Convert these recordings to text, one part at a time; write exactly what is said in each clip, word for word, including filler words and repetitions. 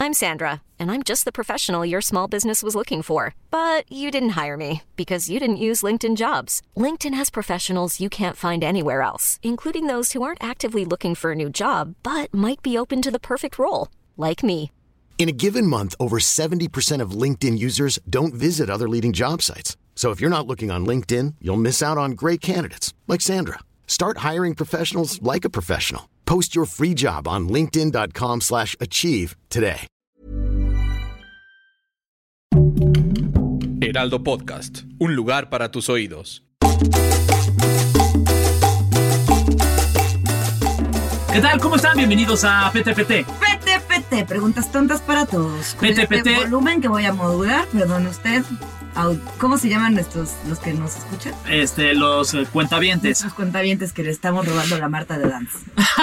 I'm Sandra, and I'm just the professional your small business was looking for. But you didn't hire me because you didn't use LinkedIn Jobs. LinkedIn has professionals you can't find anywhere else, including those who aren't actively looking for a new job, but might be open to the perfect role, like me. In a given month, over seventy percent of LinkedIn users don't visit other leading job sites. So if you're not looking on LinkedIn, you'll miss out on great candidates like Sandra. Start hiring professionals like a professional. Post your free job on linkedin.com slash achieve today. Heraldo Podcast, un lugar para tus oídos. ¿Qué tal? ¿Cómo están? Bienvenidos a P T P T. P T P T, preguntas tontas para todos. Con P T P T. Este volumen que voy a modular, perdón usted. ¿Cómo se llaman nuestros, los que nos escuchan? Este, los eh, cuentavientes. Los cuentavientes que le estamos robando a la Marta de Dance.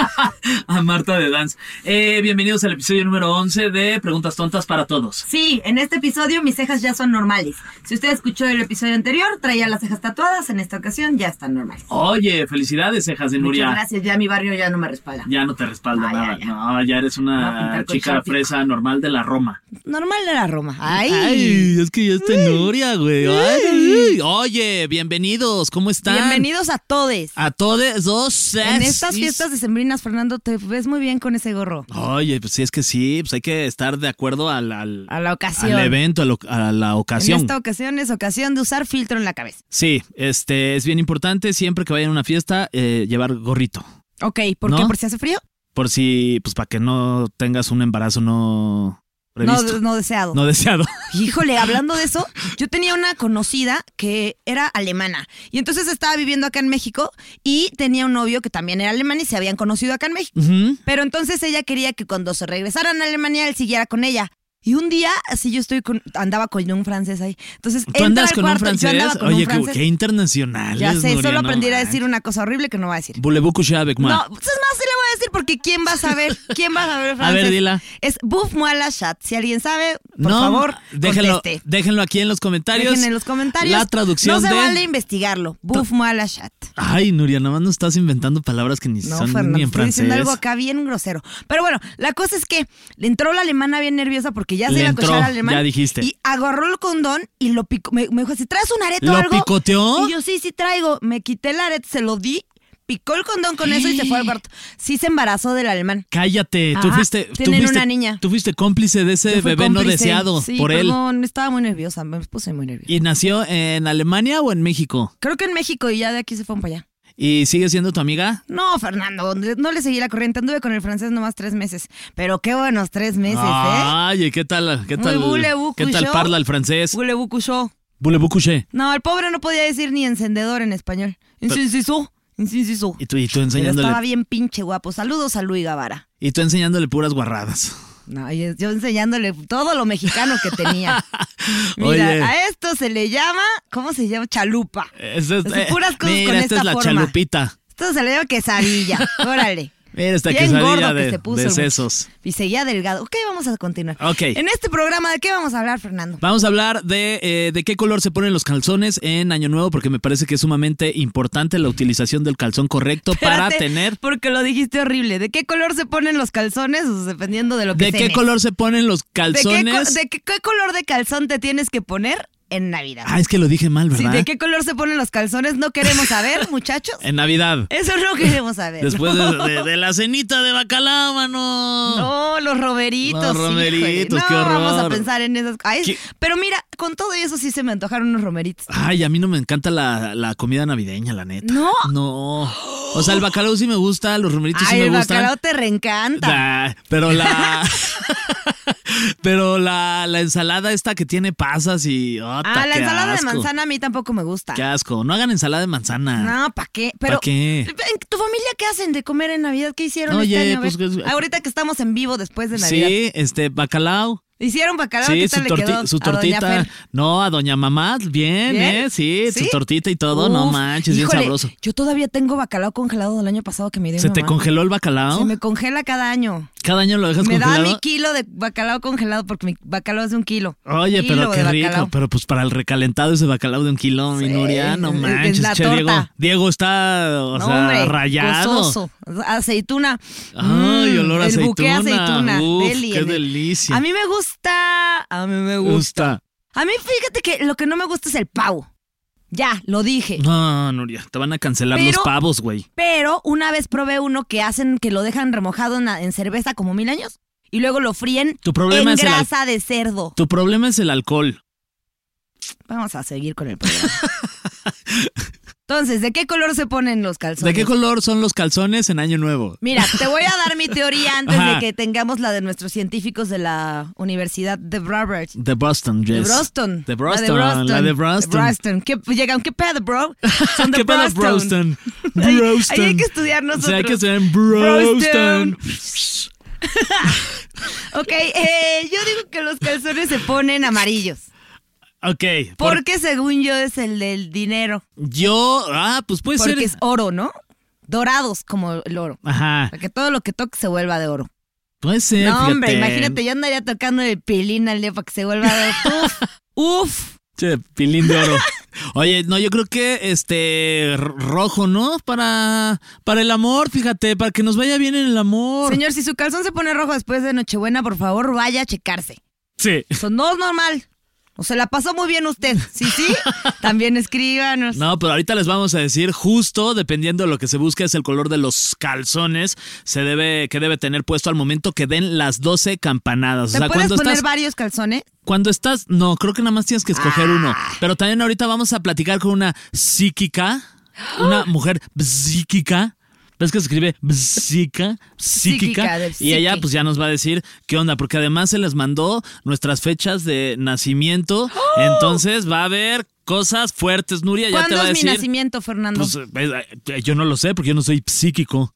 A Marta de Dance. Eh, bienvenidos al episodio número once de Preguntas Tontas para Todos. Sí, en este episodio mis cejas ya son normales. Si usted escuchó el episodio anterior, traía las cejas tatuadas. En esta ocasión ya están normales. Oye, felicidades, cejas de Nuria. Muchas gracias, ya mi barrio ya no me respalda. Ya no te respalda ah, nada. Ya, ya. No, ya eres una chica fresa normal de la Roma. Normal de la Roma. Ay, Ay es que ya está Nuria, güey. Ay. Ay, oye, bienvenidos, ¿cómo están? Bienvenidos a todes. A todes dos. En estas fiestas decembrinas, Fernando, te ves muy bien con ese gorro. Oye, pues sí, es que sí, pues hay que estar de acuerdo al, al, a la ocasión. Al evento, a, lo, a la ocasión. En esta ocasión es ocasión de usar filtro en la cabeza. Sí, este es bien importante siempre que vayan a una fiesta eh, llevar gorrito. Ok, ¿por ¿No? qué? ¿Por si hace frío? Por si, pues para que no tengas un embarazo no... No, no deseado. No deseado. Híjole, hablando de eso, yo tenía una conocida que era alemana y entonces estaba viviendo acá en México y tenía un novio que también era alemán y se habían conocido acá en México. Uh-huh. Pero entonces ella quería que cuando se regresaran a Alemania él siguiera con ella. Y un día, así yo estoy con, andaba con un francés ahí. Entonces, ¿tú andas con cuarto, un francés? Yo andaba con Oye, un francés. qué internacional. Ya sé, Nuria, solo no aprendí a man. decir una cosa horrible que no voy a decir. Voulez-vous coucher avec moi? No, pues es más, sí le voy a decir porque ¿quién va a saber? ¿Quién va a saber francés? A ver, dila. Es bouffe-moi la chatte. Si alguien sabe, por no, favor, déjenlo, conteste. Déjenlo aquí en los comentarios. Dejen en los comentarios. La traducción no se de... vale investigarlo. Bouffe-moi la chatte. Ay, Nuria, nada más no estás inventando palabras que ni no, son Fernando, ni en estoy francés. diciendo algo acá bien grosero. Pero bueno, la cosa es que le entró la alemana bien nerviosa porque ya se Le iba a entró, cochar al alemán. ya dijiste. Y agarró el condón y lo picó. Me, me dijo así, ¿traes un arete o ¿Lo algo? picoteó? Y yo, sí, sí traigo. Me quité el arete, se lo di, picó el condón con eso y se fue al cuarto. Sí se embarazó del alemán. Cállate, tú Ajá, fuiste, tú tienen fuiste, una niña. tú fuiste cómplice de ese Yo fui bebé no cómplice. deseado Sí, por él. perdón, estaba muy nerviosa, me puse muy nerviosa. ¿Y nació en Alemania o en México? Creo que en México y ya de aquí se fueron para allá. ¿Y sigue siendo tu amiga? No, Fernando, no le seguí la corriente. Anduve con el francés nomás tres meses. Pero qué buenos tres meses, ¿eh? Ay, ¿qué tal? ¿Qué tal? Muy voulez-vous ¿Qué tal coucher? parla el francés? Voulez-vous coucher? Voulez-vous coucher? No, el pobre no podía decir ni encendedor en español. Inciso, inciso. Y tú, y tú Pero enseñándole. estaba bien pinche guapo. Saludos a Luis Gavara. Y tú enseñándole puras guarradas. No, yo enseñándole todo lo mexicano que tenía. Mira, Oye. a esto se le llama, ¿cómo se llama? Chalupa. Es, es, Así, puras cosas mira, con esta esta es la forma. chalupita. Esto se le llama quesadilla. Órale. Mira esta Bien quesadilla gordo de, que se puso de el sesos. Y seguía delgado. Ok, vamos a continuar. Ok. En este programa, ¿de qué vamos a hablar, Fernando? Vamos a hablar de, eh, de qué color se ponen los calzones en Año Nuevo, porque me parece que es sumamente importante la utilización del calzón correcto para Espérate, tener... Porque lo dijiste horrible. ¿De qué color se ponen los calzones? Pues, dependiendo de lo que ¿De qué cenes. color se ponen los ¿De qué, calzones? co- de qué, qué color de calzón te tienes que poner en Navidad? Ah, es que lo dije mal, Sí, ¿verdad? ¿de qué color se ponen los calzones? No queremos saber, muchachos. En Navidad. Eso no queremos saber. Después ¿no? de, de- de la cenita de bacalao, mano. No, los romeritos. Los romeritos, híjole. qué No, horror. vamos a pensar en esas cosas. ¿Qué? Pero mira, con todo eso sí se me antojaron unos romeritos. Ay, a mí no me encanta la, la comida navideña, la neta. ¿No? No. O sea, el bacalao sí me gusta, los romeritos Ay, sí el me gustan. bacalao te reencanta. Ah, pero la... pero la, la ensalada esta que tiene pasas y... ¡ota, Ah, la qué ensalada asco! de manzana a mí tampoco me gusta. Qué asco. No hagan ensalada de manzana. No, ¿para qué? Pero, ¿Pa' qué? ¿en tu familia qué hacen de comer en Navidad? ¿Qué hicieron Oye, este año? A ver, pues, que- ahorita que estamos en vivo después de Navidad. Sí, este, bacalao. ¿Hicieron bacalao? Sí, ¿Qué su, tal le torti- quedó su a doña tortita. Fer? No, a doña mamá, bien, ¿Bien? ¿eh? Sí, ¿Sí? su tortita y todo. No Uf, manches, bien híjole, sabroso. Yo todavía tengo bacalao congelado del año pasado que me dio ¿Se mi te mamá. congeló el bacalao? Se me congela cada año. ¿Cada año lo dejas Me congelado? da mi kilo de bacalao congelado porque mi bacalao es de un kilo. Oye, Kilo pero qué de rico. bacalao. Pero pues para el recalentado ese bacalao de un kilo, mi Sí, Nuria, no es- es manches, la che, torta. Diego. Diego está, o No, sea, hombre, rayado. gozoso. Aceituna. Ay, Mm, olor a el buque aceituna. aceituna. Uf, Deli, qué el- delicia. A mí me gusta. A mí me gusta. gusta. A mí fíjate que lo que no me gusta es el pavo. Ya, lo dije. No, Nuria, te van a cancelar Pero- los pavos, güey. Pero una vez probé uno que hacen, que lo dejan remojado en, en cerveza como mil años y luego lo fríen Tu problema en es el al- grasa de cerdo. Tu problema es el alcohol. Vamos a seguir con el programa. Entonces, ¿de qué color se ponen los calzones? ¿De qué color son los calzones en Año Nuevo? Mira, te voy a dar mi teoría antes Ajá. de que tengamos la de nuestros científicos de la Universidad de Harvard. De Boston, De yes. Boston. De Boston, la de Boston. De Boston. ¿Qué, llegan, ¿qué pedo, bro? Son de ¿Qué pedo, Boston. Broston? Ahí- Broston. ahí hay que estudiar O sea, hay nosotros. que estudiar en Broston. Ok, eh, yo digo que los calzones se ponen amarillos. Ok. por- Porque según yo es el del dinero. Yo, ah, pues puede Porque ser. es oro, ¿no? Dorados como el oro. Ajá, Para que todo lo que toque se vuelva de oro. puede ser. No, hombre, fíjate. imagínate, yo andaría tocando el pilín al día para que se vuelva de oro. Uf, uf. Che, pilín de oro. Oye, no, yo creo que este r- rojo, ¿no? Para, para el amor, fíjate, para que nos vaya bien en el amor. Señor, si su calzón se pone rojo después de Nochebuena, por favor, vaya a checarse. Sí. Eso no es normal. O se la pasó muy bien usted. Sí, sí. También escríbanos. No, pero ahorita les vamos a decir justo, dependiendo de lo que se busque, es el color de los calzones se debe, que debe tener puesto al momento que den las doce campanadas. ¿Te O sea, puedes cuando poner estás, varios calzones? cuando estás, no, creo que nada más tienes que escoger uno. Pero también ahorita vamos a platicar con una psíquica, una mujer psíquica. ¿Ves que se escribe psíquica? Psíquica, Psíquica. del Y ella psiqui. pues ya nos va a decir qué onda, porque además se les mandó nuestras fechas de nacimiento. Entonces va a haber cosas fuertes, Nuria, ya te ¿Cuándo va a es decir. mi nacimiento, Fernando? Pues eh, eh, yo no lo sé porque yo no soy psíquico.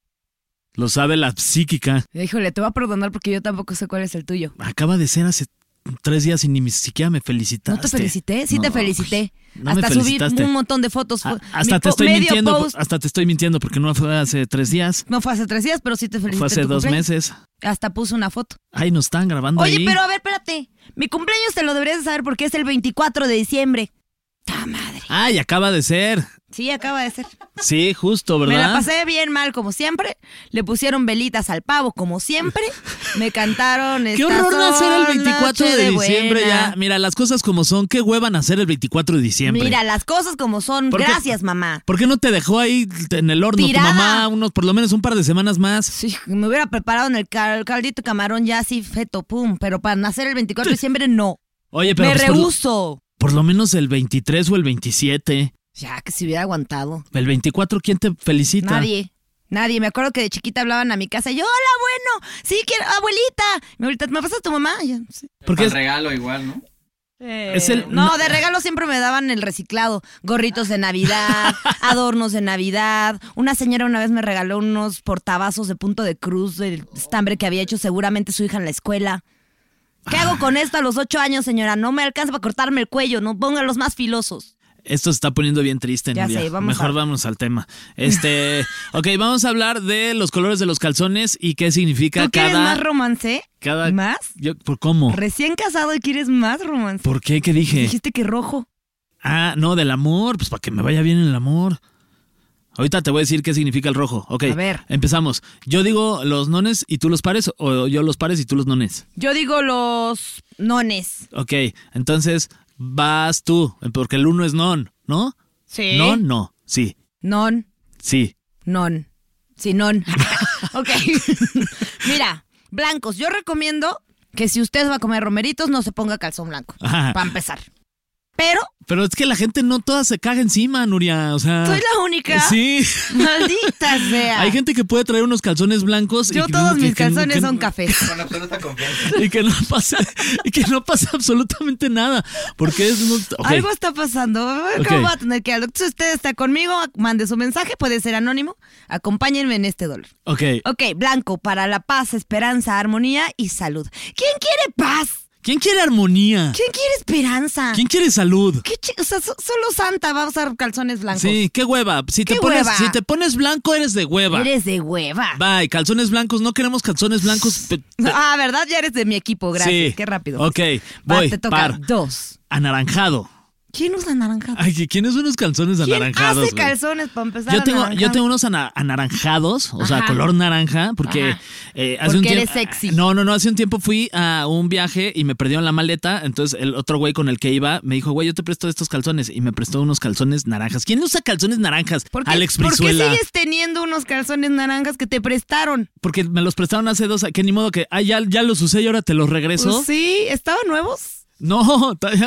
Lo sabe la psíquica. Híjole, te voy a perdonar porque yo tampoco sé cuál es el tuyo. Acaba de ser hace tres días y ni siquiera me felicitaste. ¿No te felicité? Sí te No, felicité. no me Hasta subí felicitaste. un montón de fotos. Ah, Fue- hasta mi te po- estoy medio mintiendo, post- hasta te estoy mintiendo porque no fue hace tres días. No fue hace tres días, pero sí te felicité. Fue hace tu dos cumpleaños. meses. Hasta puse una foto. Ay, nos están grabando Oye, ahí. pero a ver, espérate. Mi cumpleaños te lo deberías de saber porque es el veinticuatro de diciembre. ¡Ta madre! Ay, acaba de ser. Sí, acaba de ser. Sí, justo, ¿verdad? Me la pasé bien mal, como siempre. Le pusieron velitas al pavo, como siempre. Me cantaron. Qué "Estas horror nacer el son veinticuatro noche de diciembre buena". ya. Mira, las cosas como son. Qué hueva nacer el veinticuatro de diciembre. Mira, las cosas como son. ¿Por qué? Gracias, mamá. ¿Por qué no te dejó ahí en el horno Tirada. tu mamá unos, por lo menos un par de semanas más? Sí, me hubiera preparado en el cal- caldito de camarón ya así feto, pum. Pero para nacer el veinticuatro de diciembre, no. Oye, pero Me pues, por, lo, rehúso. por lo menos el veintitrés o el veintisiete. Ya, que se hubiera aguantado. El veinticuatro, ¿quién te felicita? Nadie. Nadie. Me acuerdo que de chiquita hablaban a mi casa y yo, hola, bueno. Sí, quiero, abuelita. Mi abuelita, ¿me pasas tu mamá? Y yo, sí. Porque es, regalo igual, ¿no? Es el- no, de regalo siempre me daban el reciclado. Gorritos de Navidad, adornos de Navidad. Una señora una vez me regaló unos portavasos de punto de cruz del estambre que había hecho seguramente su hija en la escuela. ¿Qué hago con esto a los ocho años, señora? No me alcanza para cortarme el cuello. No pongan los más filosos. esto se está poniendo bien triste, Ya Nuria. sé, vamos Mejor a- vámonos al tema. Este, ok, vamos a hablar de los colores de los calzones y qué significa ¿Tú quieres cada... más romance? cada ¿Más? Yo, ¿por cómo? Recién casado y quieres más romance. ¿Por qué? ¿Qué dije? Dijiste que rojo. Ah, no, del amor, pues para que me vaya bien en el amor. Ahorita te voy a decir qué significa el rojo. Ok, A ver. empezamos. Yo digo los nones y tú los pares, o yo los pares y tú los nones. Yo digo los nones. Ok, entonces vas tú, porque el uno es non, ¿no? Sí. Non, no, sí, Non. sí. Non. Sí, non. Ok. Mira, blancos. Yo recomiendo que si usted va a comer romeritos, no se ponga calzón blanco. Ajá. Para empezar. Pero Pero es que la gente no toda se caga encima, Nuria, o sea... soy la única. Sí. Maldita sea. Hay gente que puede traer unos calzones blancos. Yo y que- todos que- mis que- calzones que- son cafés. Con absoluta confianza. Y que no pasa, y que no pasa absolutamente nada. Porque es... no- ok. Algo está pasando. ¿Cómo Ok. va a tener que algo? Si usted está conmigo, mande su mensaje, puede ser anónimo. Acompáñenme en este dólar. Ok. Ok, blanco para la paz, esperanza, armonía y salud. ¿Quién quiere paz? ¿Quién quiere armonía? ¿Quién quiere esperanza? ¿Quién quiere salud? ¿Qué chi- o sea, so- solo Santa va a usar calzones blancos. Sí, qué hueva. Si te ¿Qué pones, hueva? si te pones blanco, eres de hueva. Eres de hueva. Bye, calzones blancos, no queremos calzones blancos. pe- pe- Ah, ¿verdad? Ya eres de mi equipo, gracias. Sí. Qué rápido. Ok, Va, voy, te toca par. dos. Anaranjado. ¿Quién usa naranjado? Ay, ¿quiénes son los calzones ¿Quién anaranjados? hace güey? calzones para empezar Yo tengo, yo anaranjado? tengo unos ana- anaranjados, o sea, Ajá. color naranja, porque Ajá. eh, hace Porque un eres tiempo. sexy. No, no, no, hace un tiempo fui a un viaje y me perdieron la maleta, entonces el otro güey con el que iba me dijo, güey, yo te presto estos calzones y me prestó unos calzones naranjas. ¿Quién usa calzones naranjas? ¿Por qué, Alex ¿Por qué Brizuela. sigues teniendo unos calzones naranjas que te prestaron? Porque me los prestaron hace dos, que ni modo que, ah, ya, ya los usé y ahora te los regreso. Pues sí, ¿estaban nuevos? No, todavía-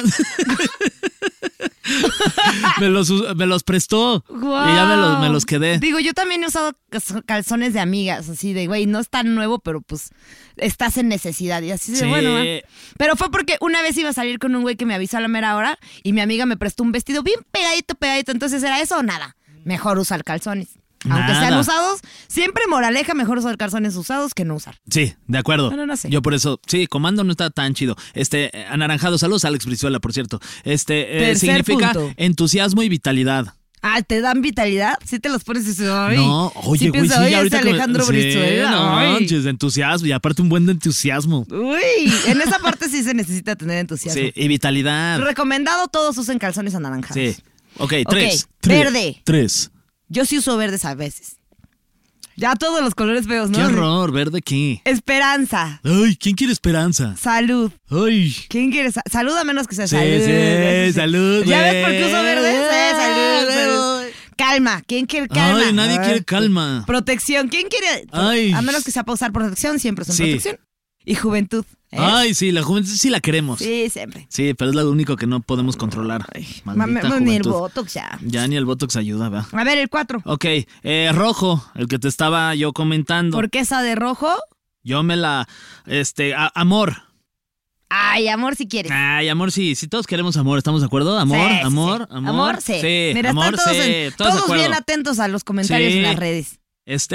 me, los, us- me los prestó Guau. y ya me los, me los quedé. Digo, yo también he usado cas- calzones de amigas, así de, güey, no es tan nuevo, pero pues estás en necesidad. Y así de, Sí. bueno, va. Pero fue porque una vez iba a salir con un güey que me avisó a la mera hora y mi amiga me prestó un vestido bien pegadito, pegadito. Entonces, ¿era eso o nada? Mejor usar calzones. Aunque Nada. sean usados, siempre moraleja, mejor usar calzones usados que no usar. Sí, de acuerdo. Bueno, no sé. Yo por eso, sí, comando no está tan chido. Este, eh, anaranjado, saludos a Alex Brizuela, por cierto. Este, eh, Tercer significa punto. entusiasmo y vitalidad. Ah, ¿te dan vitalidad? Sí te los pones y dices, ay. No, oye, sí güey, piensa, sí, oye, ahorita ese que me- Alejandro sí, Brizuela. no ay. manches, de entusiasmo y aparte un buen de entusiasmo. Uy, en esa parte sí se necesita tener entusiasmo. Sí, y vitalidad. Recomendado, todos usen calzones anaranjados. Sí. Ok, tres. Ok, Tres. verde. Tres. Yo sí uso verdes a veces. Ya todos los colores feos, ¿no? Qué horror, verde qué. Esperanza, Ay, ¿quién quiere esperanza? salud. Ay. ¿Quién quiere sa- salud a menos que sea Sí, salud? sí, salud, ¿Ya güey. ves por qué uso verdes? Sí, salud, salud. Calma, ¿quién quiere calma? Ay, nadie quiere calma. Protección, ¿quién quiere? Ay. A menos que sea para usar protección, siempre son Sí. protección. Y juventud. ¿eh? Ay, sí, la juventud sí la queremos. Sí, siempre. Sí, pero es lo único que no podemos controlar. Ma- Maldita ma- Ni el juventud. botox ya. Ya ni el Botox ayuda, ¿verdad? A ver, el cuatro. Ok, eh, rojo, el que te estaba yo comentando. ¿Por qué esa de rojo? Yo me la, este, a- amor. Ay, amor, si quieres. Ay, amor, sí, sí, todos queremos amor, ¿estamos de acuerdo? Amor, Sí, sí, amor, sí. amor. Amor, sí. Mira, amor, están todos, sí, en- todos de todos acuerdo. bien atentos a los comentarios Sí. en las redes. Este,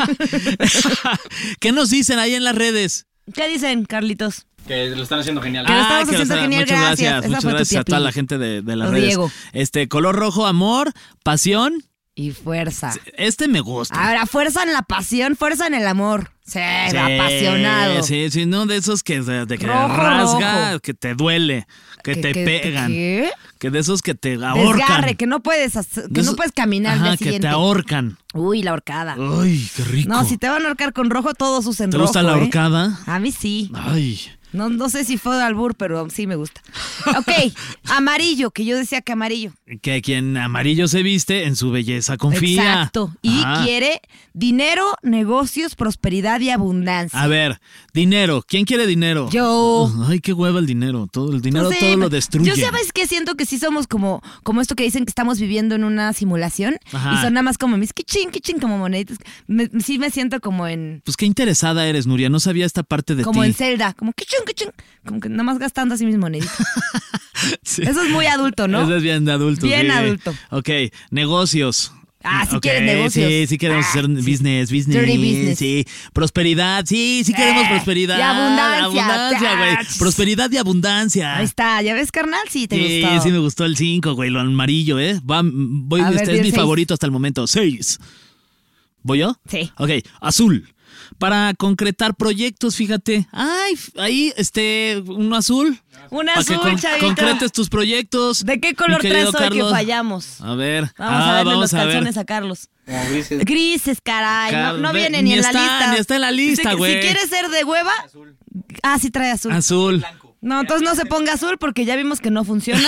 ¿qué nos dicen ahí en las redes? ¿Qué dicen, Carlitos? Que lo están haciendo genial. Que lo estamos Ah, que haciendo los- genial, muchas gracias. gracias, Esa muchas fue tu gracias a tía toda Pili. la gente de, de las O redes. Diego. Este, color rojo, amor, pasión. Y fuerza. Este me gusta. Ahora, fuerza en la pasión, fuerza en el amor. Sí, Sí, apasionado. Sí, sí, no de esos que, de, de que Rojo, rasga, rojo. que te duele, que ¿Qué- te qué- pegan, ¿Qué? que de esos que te ahorcan. Desgarre, que no puedes, hacer- que De no esos- puedes caminar al Ajá, día que siguiente. te ahorcan. Uy, la horcada. Ay, qué rico. No, si te van a ahorcar con rojo, todos usen ¿Te rojo. gusta la ¿eh? ahorcada? A mí sí. Ay. No, no sé si fue de albur, pero sí me gusta. Ok, amarillo, que yo decía que amarillo. Que quien amarillo se viste, en su belleza confía. Exacto. Y Ajá. quiere dinero, negocios, prosperidad y abundancia. A ver, dinero. ¿Quién quiere dinero? Yo. Ay, qué hueva el dinero. Todo el dinero No sé, todo lo destruye. Yo sabes que siento que sí somos como, como esto que dicen que estamos viviendo en una simulación. Ajá. Y son nada más como mis kichín, kichín, como moneditas. Me- sí me siento como en, Pues qué interesada eres, Nuria. No sabía esta parte de como ti. en Zelda, como kichín, kichín. Como que nada más gastando así mis moneditas. Sí. Eso es muy adulto, ¿no? Eso es bien de adulto. Bien sí. adulto. Ok, negocios. Ah, sí Ok, quieres negocios. Sí, sí queremos Ah, hacer sí. business, business. Dirty business. Sí, prosperidad. Sí, sí queremos Eh, prosperidad. y abundancia. Abundancia, güey. Ah, Prosperidad y abundancia. Ahí está, ¿ya ves, carnal? Sí, te Sí, gustó. sí me gustó el cinco, güey, lo amarillo, ¿eh? Va, voy, A ver, este di es el mi seis. favorito hasta el momento. Seis. ¿Voy yo? Sí. Ok, azul. Para concretar proyectos, fíjate. Ay, ahí, este, uno azul. Un Para que azul, con- chavito. concretes tus proyectos. ¿De qué mi color querido traes hoy que Carlos. fallamos? A ver. Vamos ah, a verle vamos los a ver. calzones a Carlos. Como grises. Grises, caray. No, Car- no ve- viene ni, ni en la está- lista. ni está en la lista, Si- güey. Si quieres ser de hueva. Ah, sí trae azul. Azul. No, entonces no se ponga azul porque ya vimos que no funciona.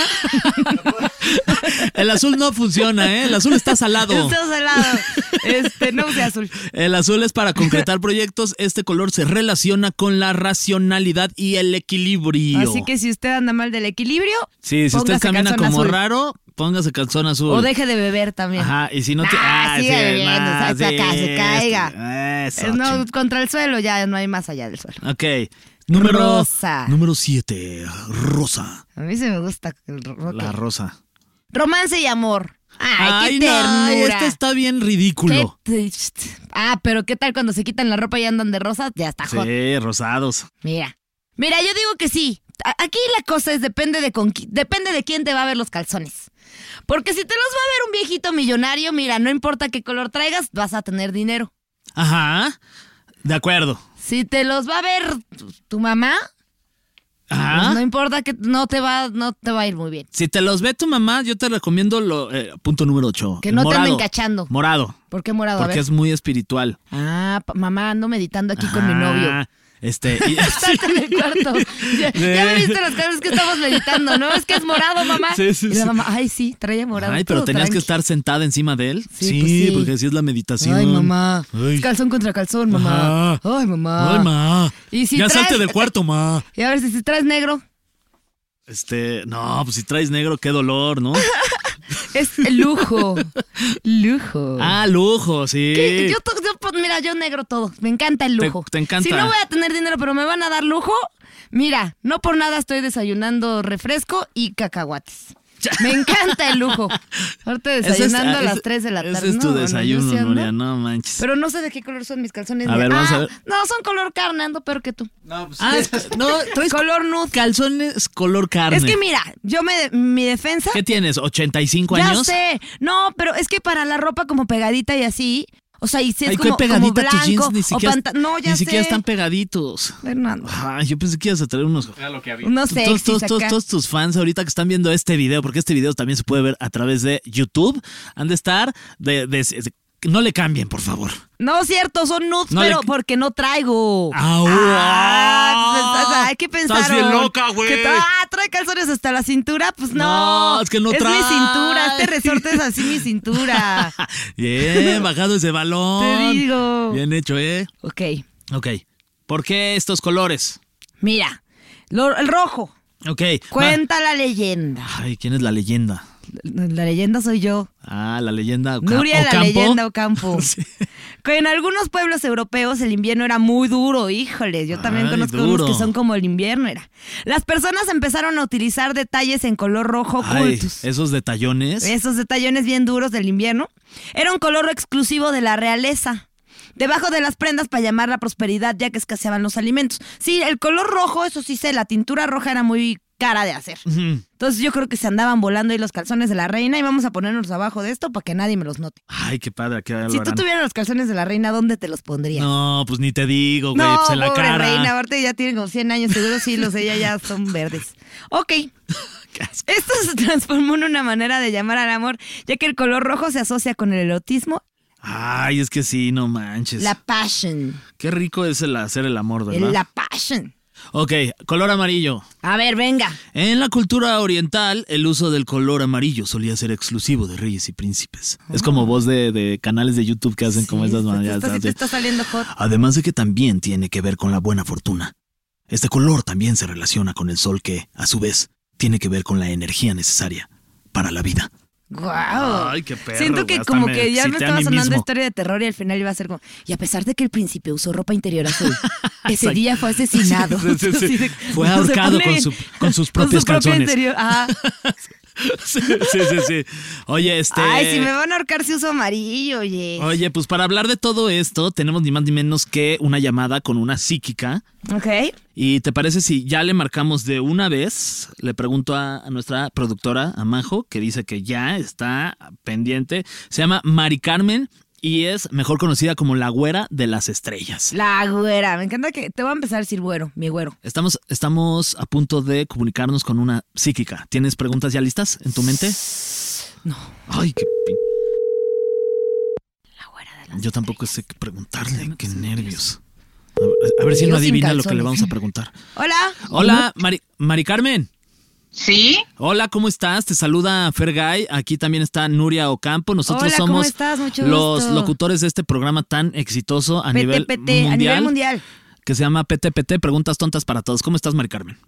El azul no funciona, ¿eh? El azul está salado. Estamos al lado. Este, no use azul. El azul es para concretar proyectos. Este color se relaciona con la racionalidad y el equilibrio. Así que si usted anda mal del equilibrio, Sí, si usted póngase camina calzón como azul. raro, póngase calzón azul. O deje de beber también. Ajá, y si no te. Ah, Ah, sigue sí, bebiendo, nah, hasta acá, sí, se caiga. Eso, Es no, ching. contra el suelo ya no hay más allá del suelo. Ok. Número. Rosa. Número siete. Rosa. A mí se me gusta el ro- La ok. rosa. Romance y amor. Ay, qué no, ternura. este está bien ridículo. Qué t- Ah, pero ¿qué tal cuando se quitan la ropa y andan de rosa? Ya está hot. Sí, rosados. Mira. Mira, yo digo que sí. Aquí la cosa es depende de con qui- depende de quién te va a ver los calzones. Porque si te los va a ver un viejito millonario, mira, no importa qué color traigas, vas a tener dinero. Ajá. De acuerdo. Si te los va a ver tu, tu mamá, Ajá. pues no importa que no te va, no te va a ir muy bien. Si te los ve tu mamá, yo te recomiendo lo eh, punto número ocho. Que no te morado. anden cachando. Morado. ¿Por qué morado? A Porque ver. es muy espiritual. Ah, pa- mamá, ando meditando aquí con mi Ajá. novio. Este. y- Estate en el cuarto. Ya, ya me viste las caras que estamos meditando, ¿no? Es que es morado, mamá. Sí, sí, y la sí. mamá, ay, sí, traía morado. Ay, pero todo tenías que tranqui. estar sentada encima de él. Sí, pues sí. porque así es la meditación. Ay, mamá. Ay. Calzón contra calzón, mamá. Ajá. Ay, mamá. Ay, ma. Y si ya traes- salte del cuarto, ma. Y a ver, si, si traes negro, Este, no, pues si traes negro, qué dolor, ¿no? es lujo. Lujo. Ah, lujo, sí. ¿Qué? Yo, to- yo, pues, mira, yo negro todo. Me encanta el Te- lujo. te encanta. Si no voy a tener dinero, pero me van a dar lujo, mira, no por nada estoy desayunando refresco y cacahuates. Me encanta el lujo. Ahorita Ese es- desayunando a ese- las tres de la tarde. Ese es tu No, no, yo desayuno, sí ando- Nuria, no manches. Pero no sé de qué color son mis calzones. A ni- ver, vamos Ah, a ver. No, son color carne, ando peor que tú. No, pues. Ah, es que- no, traes Color nude. calzones color carne. Es que mira, yo me mi defensa. ¿Qué tienes? ¿ochenta y cinco Ya años? sé. No, pero es que para la ropa como pegadita y así. O sea, y si es Ay, como, qué pegadita como tus blanco jeans, ni o siquiera, panta- No, ya ni sé. siquiera están pegaditos. Fernando. Ay, yo pensé que ibas a traer unos... Era lo que había. Unos Todos, sexys todos, todos, acá. todos tus fans ahorita que están viendo este video, porque este video también se puede ver a través de YouTube, han de estar de... de- de- no le cambien, por favor. No, cierto, son nudes, No pero le- porque no traigo. ¡Au! Ah, pues, o sea, hay que pensar. Estás bien loca, güey. Que tra- ah, trae calzones hasta la cintura, pues no. No, es que no Es trae. mi cintura, este resorte es así mi cintura. Bien, bajado ese balón. Te digo. Bien hecho, ¿eh? Ok, Ok. ¿Por qué estos colores? mira, lo- el rojo. Ok. va. Cuenta la leyenda. Ay, ¿quién es la leyenda? La leyenda soy yo. Ah, la leyenda. Oca- Nuria la Ocampo. leyenda Ocampo. Sí. Que en algunos pueblos europeos el invierno era muy duro, híjole. Yo también Ay, conozco duro. unos que son como el invierno era. Las personas empezaron a utilizar detalles en color rojo Ay, ocultos. esos detallones. Esos detallones bien duros del invierno. Era un color exclusivo de la realeza. Debajo de las prendas para llamar la prosperidad, ya que escaseaban los alimentos. Sí, el color rojo, eso sí sé, la tintura roja era muy cara de hacer. Ujú. Entonces yo creo que se andaban volando ahí los calzones de la reina y vamos a ponernos abajo de esto para que nadie me los note. Ay, qué padre. ¿Qué lo Si tú harán? tuvieras los calzones de la reina, ¿dónde te los pondrías? No, pues ni te digo, güey. No, pues en la pobre cara. reina, ahorita ya tienen como cien años, seguro sí, los de ella ya son verdes. Ok. Qué asco. Esto se transformó en una manera de llamar al amor, ya que el color rojo se asocia con el erotismo, Ay, es que sí, no manches. la passion. Qué rico es el hacer el amor, ¿verdad? La passion. Ok, color amarillo. A ver, venga. En la cultura oriental, el uso del color amarillo solía ser exclusivo de reyes y príncipes. Es como voz de, de canales de YouTube que hacen como Sí, esas te- maneras. te, te, te está saliendo hot. Además de que también tiene que ver con la buena fortuna. Este color también se relaciona con el sol que, a su vez, tiene que ver con la energía necesaria para la vida. Guau. Ay, qué perro, Siento güey, que hasta como me que ya me excité a estaba mí sonando mismo. historia de terror y al final iba a ser como... Y a pesar de que el príncipe usó ropa interior azul, ese Exacto. día fue asesinado. Sí, sí, sí. Así de- Fue se ahorcado pone con, bien- su- con sus con propios su propio calzones. interior. Ah. Sí, sí, sí, sí. Oye, este... Ay, si me van a ahorcar si uso amarillo, oye. Oye, pues para hablar de todo esto, tenemos ni más ni menos que una llamada con una psíquica. Ok. ¿Y te parece si ya le marcamos de una vez? Le pregunto a, a nuestra productora, a Majo, que dice que ya está pendiente. Se llama Mari Carmen y es mejor conocida como la güera de las estrellas. La güera. Me encanta que... Te voy a empezar a decir güero, mi güero. Estamos, estamos a punto de comunicarnos con una psíquica. ¿Tienes preguntas ya listas en tu mente? No. Ay, qué... pin- La güera de las Yo tampoco sé estrellas. qué preguntarle. Déjame Qué tus nervios. A ver, a ver si Yo no sin adivina lo que calzones. le vamos a preguntar. Hola. Hola, Mari, Mari Carmen. ¿Sí? Hola, ¿cómo estás? Te saluda Fergay. Aquí también está Nuria Ocampo. Nosotros Hola, ¿cómo somos estás? Mucho los gusto. locutores de este programa tan exitoso a P T nivel P T, mundial, a nivel mundial. que se llama P T P T, Preguntas Tontas para Todos. ¿Cómo estás, Mari Carmen?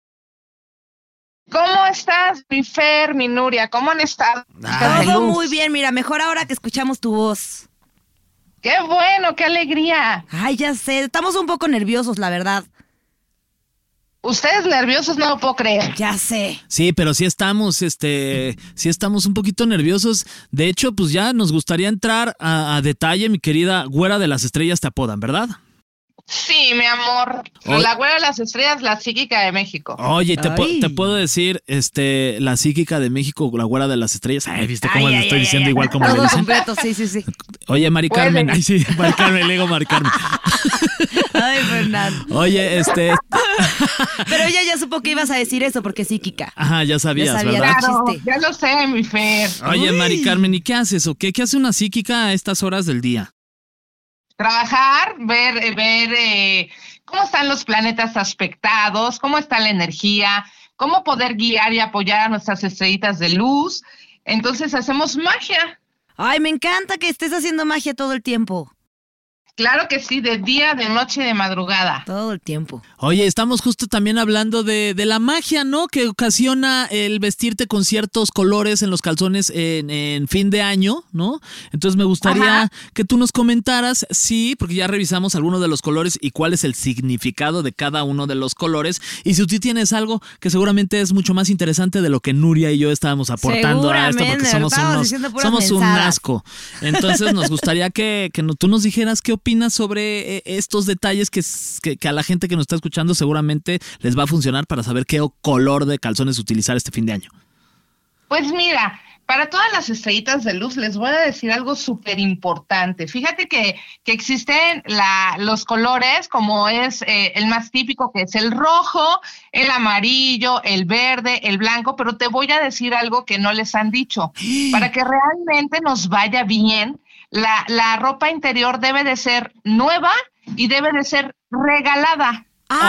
¿Cómo estás, mi Fer, mi Nuria? ¿Cómo han estado? Hijas de Todo luz. muy bien, mira, mejor ahora que escuchamos tu voz. ¡Qué bueno, qué alegría! Ay, ya sé, estamos un poco nerviosos, la verdad. Ustedes nerviosos no lo puedo creer. Ya sé. Sí, pero sí estamos, este, sí estamos un poquito nerviosos. De hecho, pues ya nos gustaría entrar a, a detalle, mi querida güera de las estrellas te apodan, ¿verdad? Sí, mi amor. Oye. La güera de las estrellas, la psíquica de México. Oye, te, pu- Ay. te puedo decir, este, la psíquica de México, la güera de las estrellas. Ay, ¿viste cómo Ay, le ay, estoy ay, diciendo ay, igual como le todo dicen? completo, sí, sí, sí. Oye, Mari Puede. Carmen. Ay, sí, Mari Carmen, le digo Mari Carmen. Ay, Fernando. Oye, este, Pero ella ya supo que ibas a decir eso porque es psíquica. ajá, ya sabías, Ya sabía. ¿verdad? Claro, chiste. ya lo sé, mi Fer. Oye, Uy. Mari Carmen, ¿y qué haces o qué? ¿Qué hace una psíquica a estas horas del día? Trabajar, ver, eh, ver eh, cómo están los planetas aspectados, cómo está la energía, cómo poder guiar y apoyar a nuestras estrellitas de luz. Entonces hacemos magia. Ay, me encanta que estés haciendo magia todo el tiempo. Claro que sí, de día, de noche y de madrugada. Todo el tiempo. Oye, estamos justo también hablando de, de la magia, ¿no? Que ocasiona el vestirte con ciertos colores en los calzones en, en fin de año, ¿no? Entonces me gustaría Ajá. que tú nos comentaras, sí, porque ya revisamos algunos de los colores y cuál es el significado de cada uno de los colores. Y si tú tienes algo que seguramente es mucho más interesante de lo que Nuria y yo estábamos aportando a esto, porque Seguramente, somos, estábamos unos, diciendo puras somos un mensadas. asco. Entonces nos gustaría que, que no- tú nos dijeras qué opinas sobre eh, estos detalles que, s- que, que a la gente que nos está escuchando seguramente les va a funcionar para saber qué o- color de calzones utilizar este fin de año. Pues mira, para todas las estrellitas de luz les voy a decir algo súper importante. Fíjate que, que existen la, los colores, como es eh, el más típico, que es el rojo, el amarillo, el verde, el blanco, pero te voy a decir algo que no les han dicho. Para que realmente nos vaya bien, la, la ropa interior debe de ser nueva y debe de ser regalada.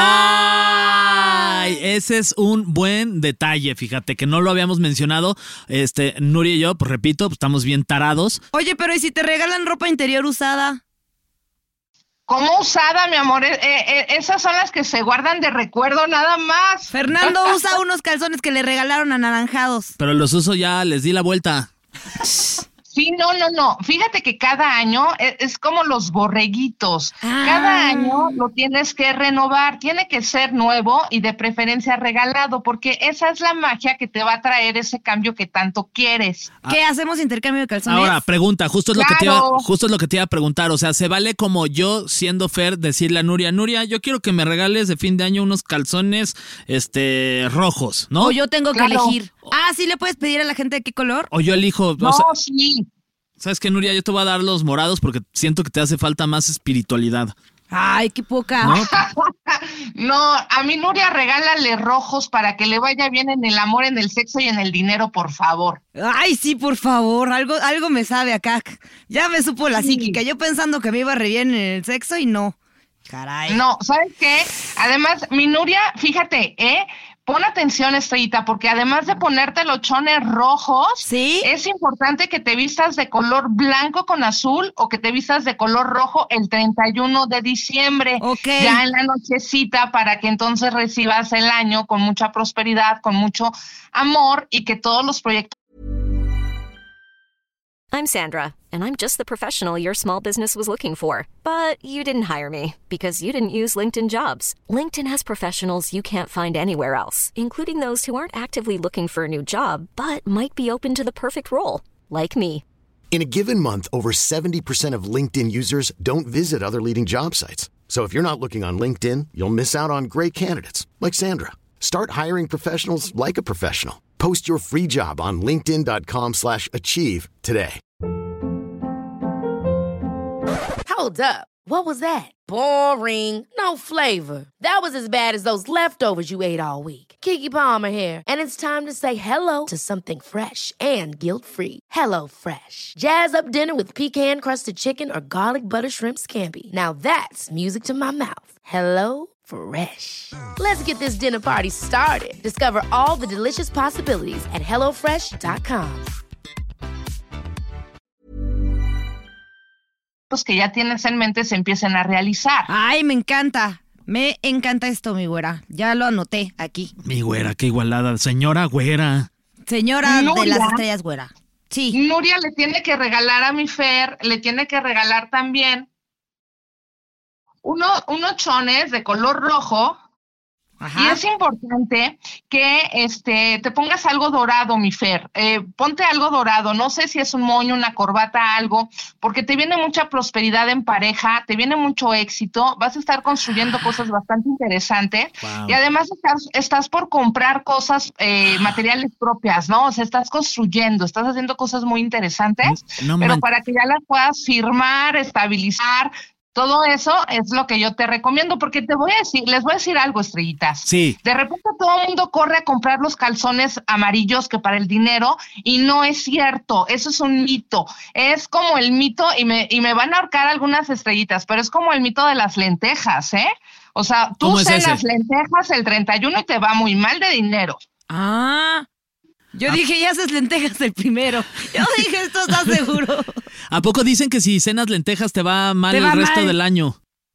¡Ay! Ese es un buen detalle, fíjate, que no lo habíamos mencionado. Este, Nuria y yo, pues repito, pues, estamos bien tarados. Oye, pero ¿y si te regalan ropa interior usada? ¿Cómo usada, mi amor? Eh, eh, esas son las que se guardan de recuerdo nada más. Fernando usa unos calzones que le regalaron anaranjados. Pero los uso ya, les di la vuelta. Sí, no, no, no. Fíjate que cada año es, es como los borreguitos. Ah. Cada año lo tienes que renovar. Tiene que ser nuevo y de preferencia regalado, porque esa es la magia que te va a traer ese cambio que tanto quieres. ¿Qué hacemos intercambio de calzones? Ahora, pregunta, justo es lo que te iba, Claro. justo es lo que te iba a preguntar. O sea, ¿se vale como yo, siendo Fer, decirle a Nuria, Nuria, yo quiero que me regales de fin de año unos calzones este rojos, ¿no? O yo tengo que Claro. elegir. Ah, ¿sí le puedes pedir a la gente de qué color? O yo elijo, No, o sea, sí. ¿sabes qué, Nuria? Yo te voy a dar los morados porque siento que te hace falta más espiritualidad, Ay, qué poca. ¿no? No, a mi Nuria regálale rojos para que le vaya bien en el amor, en el sexo y en el dinero, por favor. Ay, sí, por favor, algo, algo me sabe acá. Ya me supo la Sí. psíquica. Yo pensando que me iba re bien en el sexo y no. Caray. No, ¿sabes qué? Además, mi Nuria, fíjate, ¿eh? Pon atención, estrellita, porque además de ponerte los chones rojos, ¿Sí? es importante que te vistas de color blanco con azul o que te vistas de color rojo el treinta y uno de diciembre, Ok. ya en la nochecita, para que entonces recibas el año con mucha prosperidad, con mucho amor y que todos los proyectos. I'm Sandra, and I'm just the professional your small business was looking for. But you didn't hire me because you didn't use LinkedIn Jobs. LinkedIn has professionals you can't find anywhere else, including those who aren't actively looking for a new job, but might be open to the perfect role, like me. In a given month, over seventy percent of LinkedIn users don't visit other leading job sites. So if you're not looking on LinkedIn, you'll miss out on great candidates like Sandra. Start hiring professionals like a professional. Post your free job on linkedin.com slash achieve today. Hold up. What was that? Boring. No flavor. That was as bad as those leftovers you ate all week. Keke Palmer here, and it's time to say hello to something fresh and guilt-free. Hello Fresh. Jazz up dinner with pecan-crusted chicken or garlic butter shrimp scampi. Now that's music to my mouth. Hello Fresh. Let's get this dinner party started. Discover all the delicious possibilities at hello fresh dot com. que ya tienes en mente se empiecen a realizar. Ay, me encanta. Me encanta esto, mi güera. Ya lo anoté aquí. Mi güera, qué igualada. Señora güera. Señora Nuria. de las estrellas, güera. Sí. Nuria le tiene que regalar a mi Fer, le tiene que regalar también uno, unos chones de color rojo Ajá. Y es importante que este te pongas algo dorado, mi Fer. Eh, ponte algo dorado. No sé si es un moño, una corbata, algo, porque te viene mucha prosperidad en pareja, te viene mucho éxito. Vas a estar construyendo cosas bastante interesantes. Wow. Y además estás, estás por comprar cosas, eh, materiales propias, ¿no? O sea, estás construyendo, estás haciendo cosas muy interesantes, No pero man- para que ya las puedas firmar, estabilizar. Todo eso es lo que yo te recomiendo, porque te voy a decir, les voy a decir algo, estrellitas. Sí. De repente todo el mundo corre a comprar los calzones amarillos que para el dinero, y no es cierto, eso es un mito. Es como el mito, y me, y me van a ahorcar algunas estrellitas, pero es como el mito de las lentejas, ¿eh? O sea, tú ¿Cómo es cenas ese? lentejas el treinta y uno y te va muy mal de dinero. Ah, yo dije, ya haces lentejas el primero. Yo dije, ¿esto está seguro? ¿A poco dicen que si cenas lentejas te va mal Te el va resto mal. del año?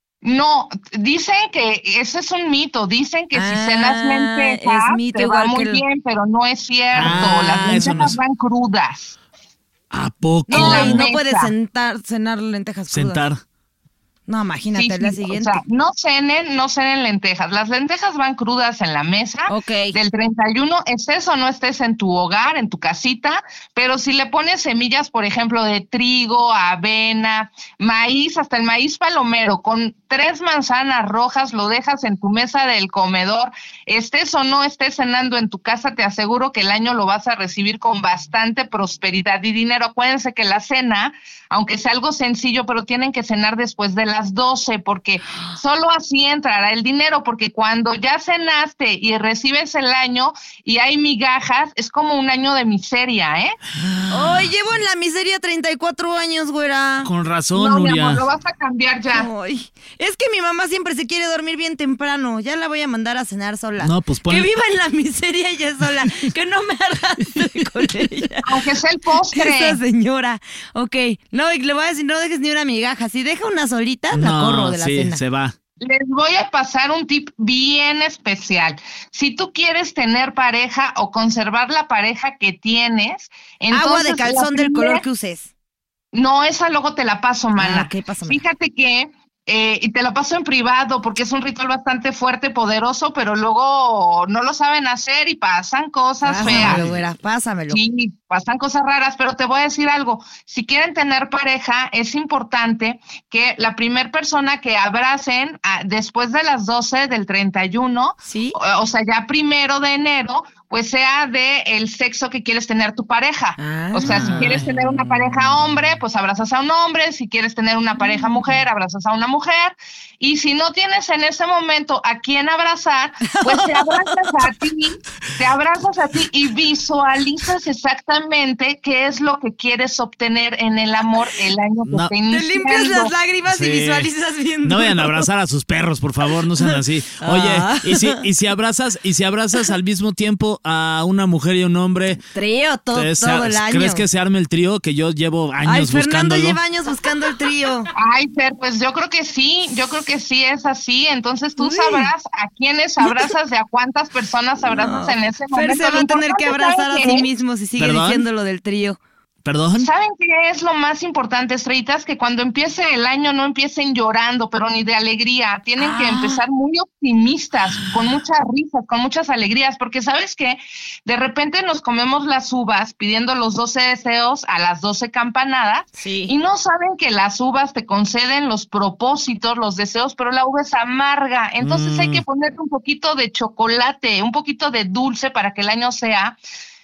No, dicen que ese es un mito, dicen que si Ah, cenas lentejas es mito te va igual muy que el- bien, pero no es cierto, Ah, las lentejas eso no es- van crudas. ¿A poco? En la No, y no mesa. puedes sentar, cenar lentejas crudas. Sentar. No, imagínate, Sí, al día sí, siguiente. O sea, no cenen, no cenen lentejas. Las lentejas van crudas en la mesa. Ok. Del treinta y uno, estés o no estés en tu hogar, en tu casita, pero si le pones semillas, por ejemplo, de trigo, avena, maíz, hasta el maíz palomero, con tres manzanas rojas, lo dejas en tu mesa del comedor, estés o no estés cenando en tu casa, te aseguro que el año lo vas a recibir con bastante prosperidad y dinero. Acuérdense que la cena, aunque sea algo sencillo, pero tienen que cenar después de las doce, porque solo así entrará el dinero, porque cuando ya cenaste y recibes el año y hay migajas, es como un año de miseria, ¿eh? Ay, llevo en la miseria treinta y cuatro años, güera. Con razón, No, mi Nuria. amor, lo vas a cambiar ya. Ay, es que mi mamá siempre se quiere dormir bien temprano. Ya la voy a mandar a cenar sola. No, pues pon- Que viva en la miseria ella sola. Que no me arrastre con ella. Aunque sea el postre. Esa señora. Ok. No, y le voy a decir, no dejes ni una migaja. Si deja una solita, la No, corro de la sí, cena. se va. Les voy a pasar un tip bien especial. Si tú quieres tener pareja o conservar la pareja que tienes, entonces Agua de calzón la del primer- color que uses. No, esa luego te la paso, mana. Ah, ok, pásamela. Fíjate que, eh, y te la paso en privado porque es un ritual bastante fuerte, poderoso, pero luego no lo saben hacer y pasan cosas Pásamelo, feas. güera, pásamelo. Sí, pasan cosas raras, pero te voy a decir algo. Si quieren tener pareja, es importante que la primer persona que abracen ah, después de las doce del treinta y uno, ¿Sí? o, o sea, ya primero de enero, pues sea de el sexo que quieres tener tu pareja. Ah. O sea, si quieres tener una pareja hombre, pues abrazas a un hombre. Si quieres tener una pareja mujer, abrazas a una mujer. Y si no tienes en ese momento a quién abrazar, pues te abrazas a ti, te abrazas a ti y visualizas exactamente qué es lo que quieres obtener en el amor el año que No. te Te iniciando. limpias las lágrimas Sí. y visualizas bien. No vayan a abrazar a sus perros, por favor, no sean así. Oye, Ah. y si, y si abrazas, y si abrazas al mismo tiempo a una mujer y un hombre, Trío todo, ¿crees, todo el año. ¿crees que se arme el trío? Que yo llevo años Ay, Fernando buscándolo. lleva años buscando el trío. Ay, Fer, pues yo creo que sí, yo creo que sí es así. Entonces tú Uy. sabrás a quiénes abrazas y a cuántas personas abrazas en ese Fer momento. se va Lo a tener que importante, abrazar a ¿saben sí qué? mismo si sigue ¿Perdón? diciendo lo del trío. ¿Perdón? ¿Saben qué es lo más importante, estrellitas? Que cuando empiece el año no empiecen llorando, pero ni de alegría. Tienen que Ah. empezar muy optimistas, con muchas risas, con muchas alegrías, porque ¿sabes qué? De repente nos comemos las uvas pidiendo los doce deseos a las doce campanadas Sí. y no saben que las uvas te conceden los propósitos, los deseos, pero la uva es amarga. Entonces Mm. hay que ponerle un poquito de chocolate, un poquito de dulce para que el año sea...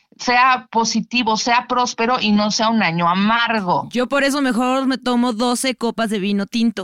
sea positivo, sea próspero y no sea un año amargo. Yo por eso mejor me tomo doce copas de vino tinto.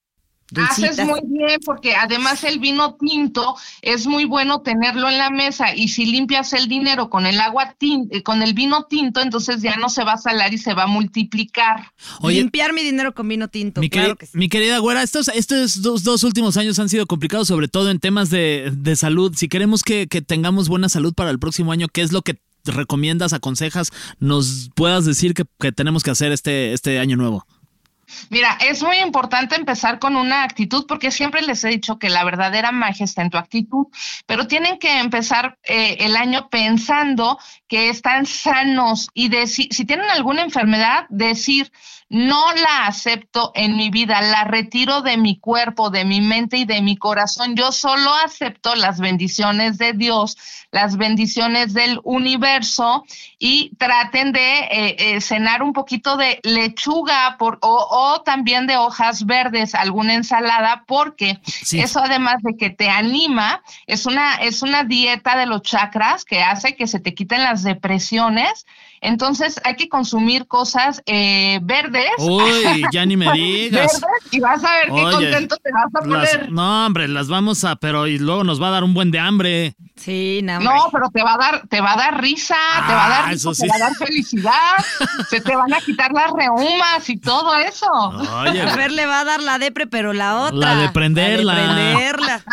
Haces Dulcitas. muy bien porque además el vino tinto es muy bueno tenerlo en la mesa y si limpias el dinero con el agua tin- eh, con el vino tinto, entonces ya no se va a salar y se va a multiplicar. Oye, Limpiar mi dinero con vino tinto, mi, claro queri- que sí. mi querida güera, estos, estos dos, dos últimos años han sido complicados, sobre todo en temas de, de salud. Si queremos que, que tengamos buena salud para el próximo año, ¿qué es lo que recomiendas, aconsejas, nos puedas decir que, que tenemos que hacer este, este año nuevo? Mira, es muy importante empezar con una actitud porque siempre les he dicho que la verdadera magia está en tu actitud, pero tienen que empezar eh, el año pensando que están sanos y decir, si tienen alguna enfermedad, decir, no la acepto en mi vida, la retiro de mi cuerpo, de mi mente y de mi corazón. Yo solo acepto las bendiciones de Dios, las bendiciones del universo, y traten de eh, eh, cenar un poquito de lechuga por, o, o también de hojas verdes, alguna ensalada, porque sí. Eso, además de que te anima, es una, es una dieta de los chakras que hace que se te quiten las depresiones. Entonces hay que consumir cosas eh, verdes. Uy, ya ni me digas. Verdes, y vas a ver qué Oye, contento te vas a poner. Las, no, hombre, las vamos a, pero y luego nos va a dar un buen de hambre. Sí, no, no, pero te va a dar, te va a dar risa, ah, te va a dar risa, sí. Te va a dar felicidad, se te van a quitar las reumas y todo eso. Oye, a ver, le va a dar la depre, pero la otra. La de prenderla. La de prenderla.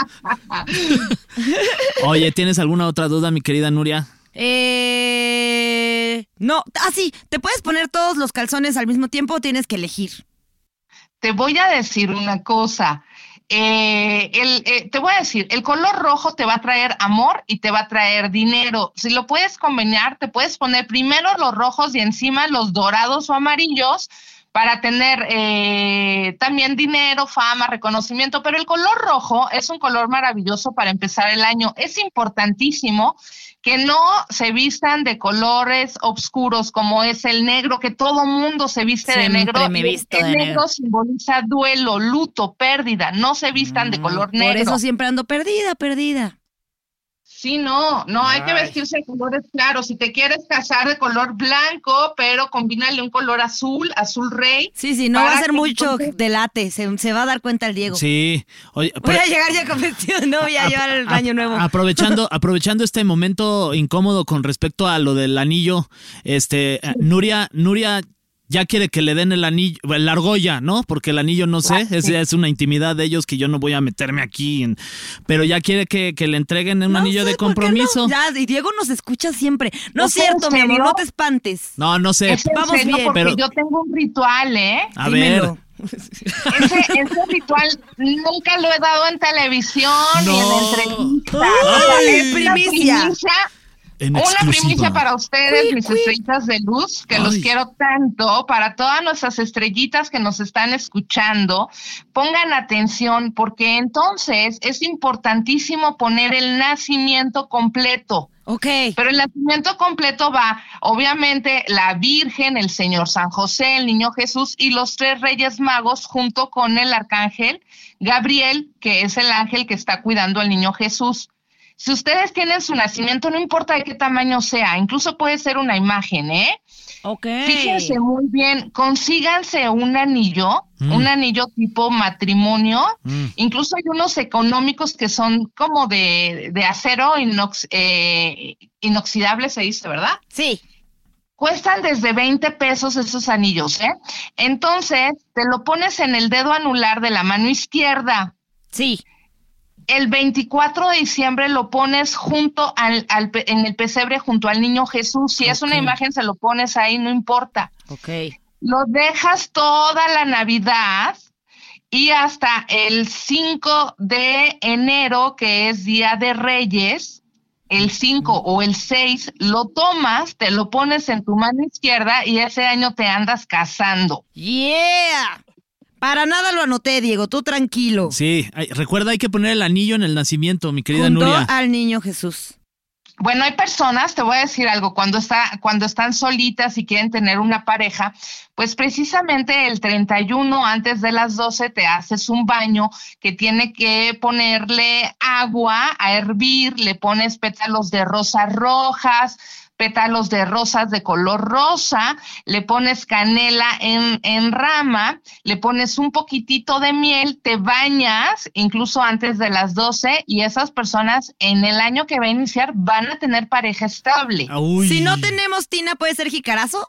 Oye, ¿tienes alguna otra duda, mi querida Nuria? Eh, no, ah sí, ¿te puedes poner todos los calzones al mismo tiempo o tienes que elegir? Te voy a decir una cosa, eh, el, eh, te voy a decir, el color rojo te va a traer amor y te va a traer dinero. Si lo puedes combinar, te puedes poner primero los rojos y encima los dorados o amarillos para tener eh, también dinero, fama, reconocimiento, pero el color rojo es un color maravilloso para empezar el año. Es importantísimo que no se vistan de colores oscuros como es el negro, que todo mundo se viste Siempre de negro. Me visto el de negro, negro simboliza duelo, luto, pérdida. No se vistan mm, de color negro. Por eso siempre ando perdida, perdida. Sí, no, no, hay Ay. que vestirse de colores claros. Si te quieres casar de color blanco, pero combínale un color azul, azul rey. Sí, sí, no va a ser mucho entonces... delate, se, se va a dar cuenta el Diego. Sí. Oye, Voy pero... a llegar ya con vestido de novia, a llevar el año nuevo. Aprovechando, aprovechando este momento incómodo con respecto a lo del anillo, este, sí. Nuria, Nuria... ya quiere que le den el anillo, la argolla, ¿no? Porque el anillo no sé, es, es una intimidad de ellos que yo no voy a meterme aquí. En, pero ya quiere que, que le entreguen un no anillo sé, de compromiso. No? Ya, y Diego nos escucha siempre. No, no es cierto, mi amor, no te espantes. No, no sé. Vamos bien. Porque pero yo tengo un ritual, ¿eh? A Dímelo. ver. Ese, ese ritual nunca lo he dado en televisión no. ni en entrevistas. Ay, es primicia. primicia. Una primicia para ustedes, quick, mis quick. estrellitas de luz, que Ay. los quiero tanto. Para todas nuestras estrellitas que nos están escuchando, pongan atención, porque entonces es importantísimo poner el nacimiento completo. Ok. Pero el nacimiento completo va, obviamente, la Virgen, el Señor San José, el Niño Jesús y los tres Reyes Magos, junto con el Arcángel Gabriel, que es el ángel que está cuidando al Niño Jesús. Si ustedes tienen su nacimiento, no importa de qué tamaño sea, incluso puede ser una imagen, ¿eh? Ok. Fíjense muy bien, consíganse un anillo, mm. un anillo tipo matrimonio, mm. incluso hay unos económicos que son como de, de acero inox, eh, inoxidable, se dice, ¿verdad? Sí. Cuestan desde veinte pesos esos anillos, ¿eh? Entonces, te lo pones en el dedo anular de la mano izquierda. Sí. El veinticuatro de diciembre lo pones junto al, al en el pesebre junto al Niño Jesús. Si okay. es una imagen, se lo pones ahí, no importa. Okay. Lo dejas toda la Navidad y hasta el cinco de enero, que es Día de Reyes, el cinco o el seis, lo tomas, te lo pones en tu mano izquierda y ese año te andas casando. ¡Yeah! Para nada lo anoté, Diego, tú tranquilo. Sí, hay, recuerda, hay que poner el anillo en el nacimiento, mi querida Junto Nuria. al Niño Jesús. Bueno, hay personas, te voy a decir algo, cuando está, cuando están solitas y quieren tener una pareja, pues precisamente el treinta y uno antes de las doce te haces un baño que tiene que ponerle agua a hervir, le pones pétalos de rosas rojas, pétalos de rosas de color rosa, le pones canela en, en rama, le pones un poquitito de miel, te bañas incluso antes de las doce y esas personas en el año que va a iniciar van a tener pareja estable. Uy. Si no tenemos tina, ¿puede ser jicarazo?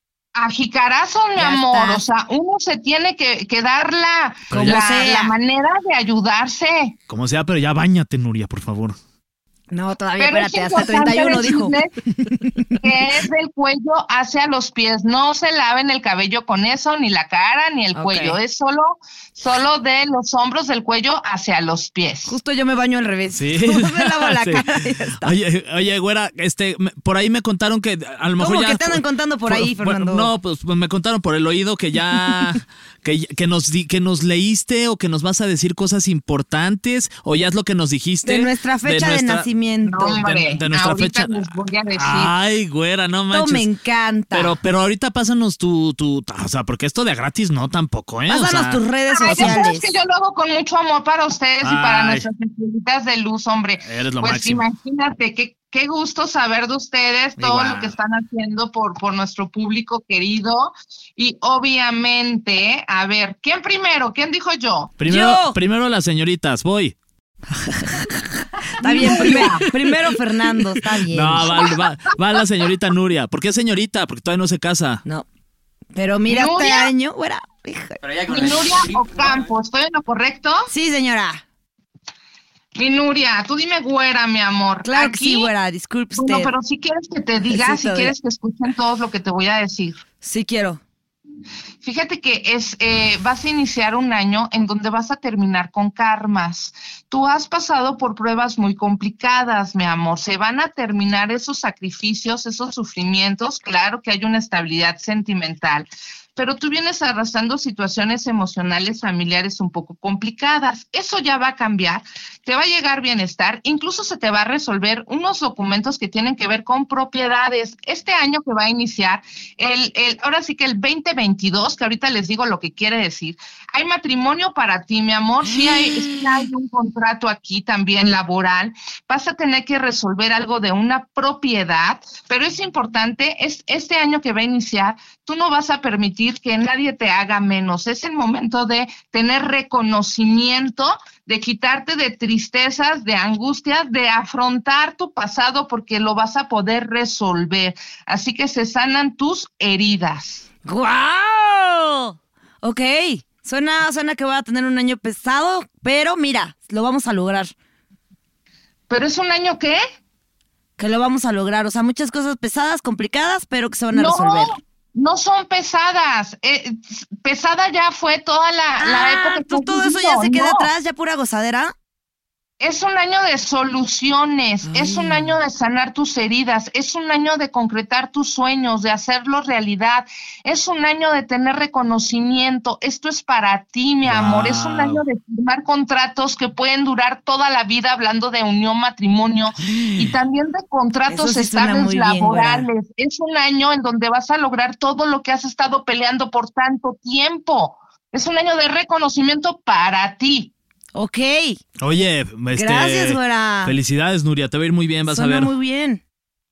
A jicarazo, mi ya amor, está. O sea, uno se tiene que, que dar la, Pero la, ya la manera de ayudarse. Como sea, pero ya báñate, Nuria, por favor. No, todavía, Pero espérate, es hasta treinta y uno dijo. decirles que es del cuello hacia los pies. No se laven el cabello con eso, ni la cara, ni el Ok. cuello. Es solo, solo de los hombros del cuello hacia los pies. Justo yo me baño al revés. Sí. Me lavo la Sí. cara y ya está. Oye, oye, güera, este, me- por ahí me contaron que a lo mejor ¿Cómo ya... que te andan contando por ahí, bueno, Fernando? no, pues, pues me contaron por el oído que ya... que, que, nos, di- que nos leíste o que nos vas a decir cosas importantes o ya es lo que nos dijiste. De nuestra fecha de, nuestra- nacimiento. No, hombre, de nuestra ahorita fecha. les voy a decir. Ay, güera, no Esto manches. me encanta. Pero, pero ahorita pásanos tu, tu, o sea, porque esto de a gratis no tampoco, ¿eh? O Pásanos sea, tus redes Ay, ya sabes sociales. que yo lo hago con mucho amor para ustedes y para Ay. nuestras estrellitas de luz, hombre. Eres lo Pues máximo. imagínate, qué, qué gusto saber de ustedes, todo Igual. lo que están haciendo por, por nuestro público querido. Y obviamente, a ver, ¿quién primero? ¿Quién dijo yo? Primero, Yo. primero las señoritas, voy. Está bien, primero, primero Fernando, está bien. No, va, va, va la señorita Nuria. ¿Por qué señorita? Porque todavía no se casa. No. Pero mira, este ¿Nuria? año, güera. hija. Pero ya con Mi el Nuria grip, ¿no? Ocampo, ¿estoy en lo correcto? Sí, señora. Mi Nuria, tú dime güera, mi amor. Claro que sí, Aquí- güera. Disculpe usted. No, pero si quieres que te diga, Sí, si todavía. quieres que escuchen todo lo que te voy a decir. Sí quiero. Fíjate que es, eh, vas a iniciar un año en donde vas a terminar con karmas. Tú has pasado por pruebas muy complicadas, mi amor. Se van a terminar esos sacrificios, esos sufrimientos. Claro que hay una estabilidad sentimental, pero tú vienes arrastrando situaciones emocionales familiares un poco complicadas. Eso ya va a cambiar, te va a llegar bienestar, incluso se te va a resolver unos documentos que tienen que ver con propiedades. Este año que va a iniciar, el, el, ahora sí que el veinte veintidós, que ahorita les digo lo que quiere decir, hay matrimonio para ti, mi amor, sí hay, sí hay un contrato aquí también laboral, vas a tener que resolver algo de una propiedad, pero es importante, es este año que va a iniciar, tú no vas a permitir que nadie te haga menos. Es el momento de tener reconocimiento, de quitarte de tristezas, de angustias, de afrontar tu pasado porque lo vas a poder resolver. Así que se sanan tus heridas. ¡Guau! Ok. Suena, suena que voy a tener un año pesado, pero mira, lo vamos a lograr. ¿Pero es un año qué? Que lo vamos a lograr. O sea, muchas cosas pesadas, complicadas, pero que se van a resolver. No son pesadas. Eh, pesada ya fue toda la, la Ah, época. que pues todo has eso ya vivido, se queda ¿no? atrás, ya pura gozadera. Es un año de soluciones, Ay. es un año de sanar tus heridas, es un año de concretar tus sueños, de hacerlos realidad, es un año de tener reconocimiento. Esto es para ti, mi Wow. amor, es un año de firmar contratos que pueden durar toda la vida, hablando de unión, matrimonio, y también de contratos Eso sí suena estables muy bien, güera. laborales. Es un año en donde vas a lograr todo lo que has estado peleando por tanto tiempo. Es un año de reconocimiento para ti. Ok. Oye, este, Gracias, güera. felicidades, Nuria, te va a ir muy bien, vas Suena a ver. muy bien.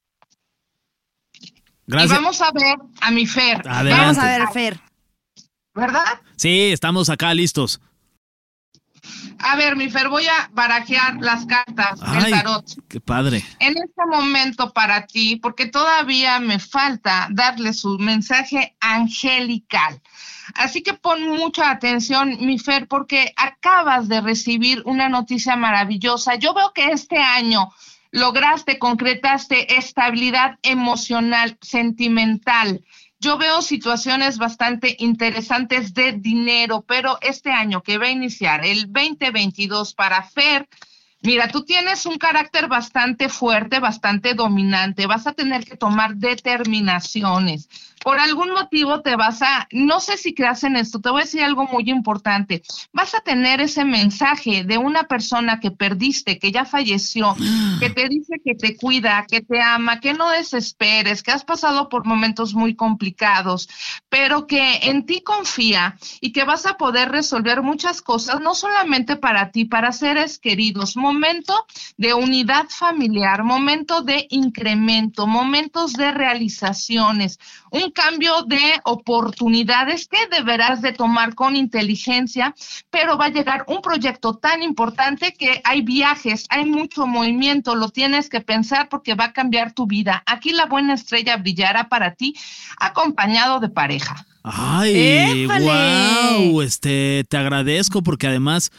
Gracias. Y vamos a ver a mi Fer. Adelante. Vamos a ver, Fer. ¿Verdad? Sí, estamos acá listos. A ver, mi Fer, voy a barajear las cartas del Ay, tarot. qué padre. En este momento para ti, porque todavía me falta darle su mensaje angelical. Así que pon mucha atención, mi Fer, porque acabas de recibir una noticia maravillosa. Yo veo que este año lograste, concretaste estabilidad emocional, sentimental. Yo veo situaciones bastante interesantes de dinero, pero este año que va a iniciar, el veinte veintidós para Fer, mira, tú tienes un carácter bastante fuerte, bastante dominante, vas a tener que tomar determinaciones. Por algún motivo te vas a, no sé si creas en esto, te voy a decir algo muy importante. Vas a tener ese mensaje de una persona que perdiste, que ya falleció, que te dice que te cuida, que te ama, que no desesperes, que has pasado por momentos muy complicados, pero que en ti confía y que vas a poder resolver muchas cosas, no solamente para ti, para seres queridos. Momento de unidad familiar, momento de incremento, momentos de realizaciones, un cambio de oportunidades que deberás de tomar con inteligencia, pero va a llegar un proyecto tan importante que hay viajes, hay mucho movimiento, lo tienes que pensar porque va a cambiar tu vida. Aquí la buena estrella brillará para ti acompañado de pareja. Ay, ¡Épale! wow, este, te agradezco porque además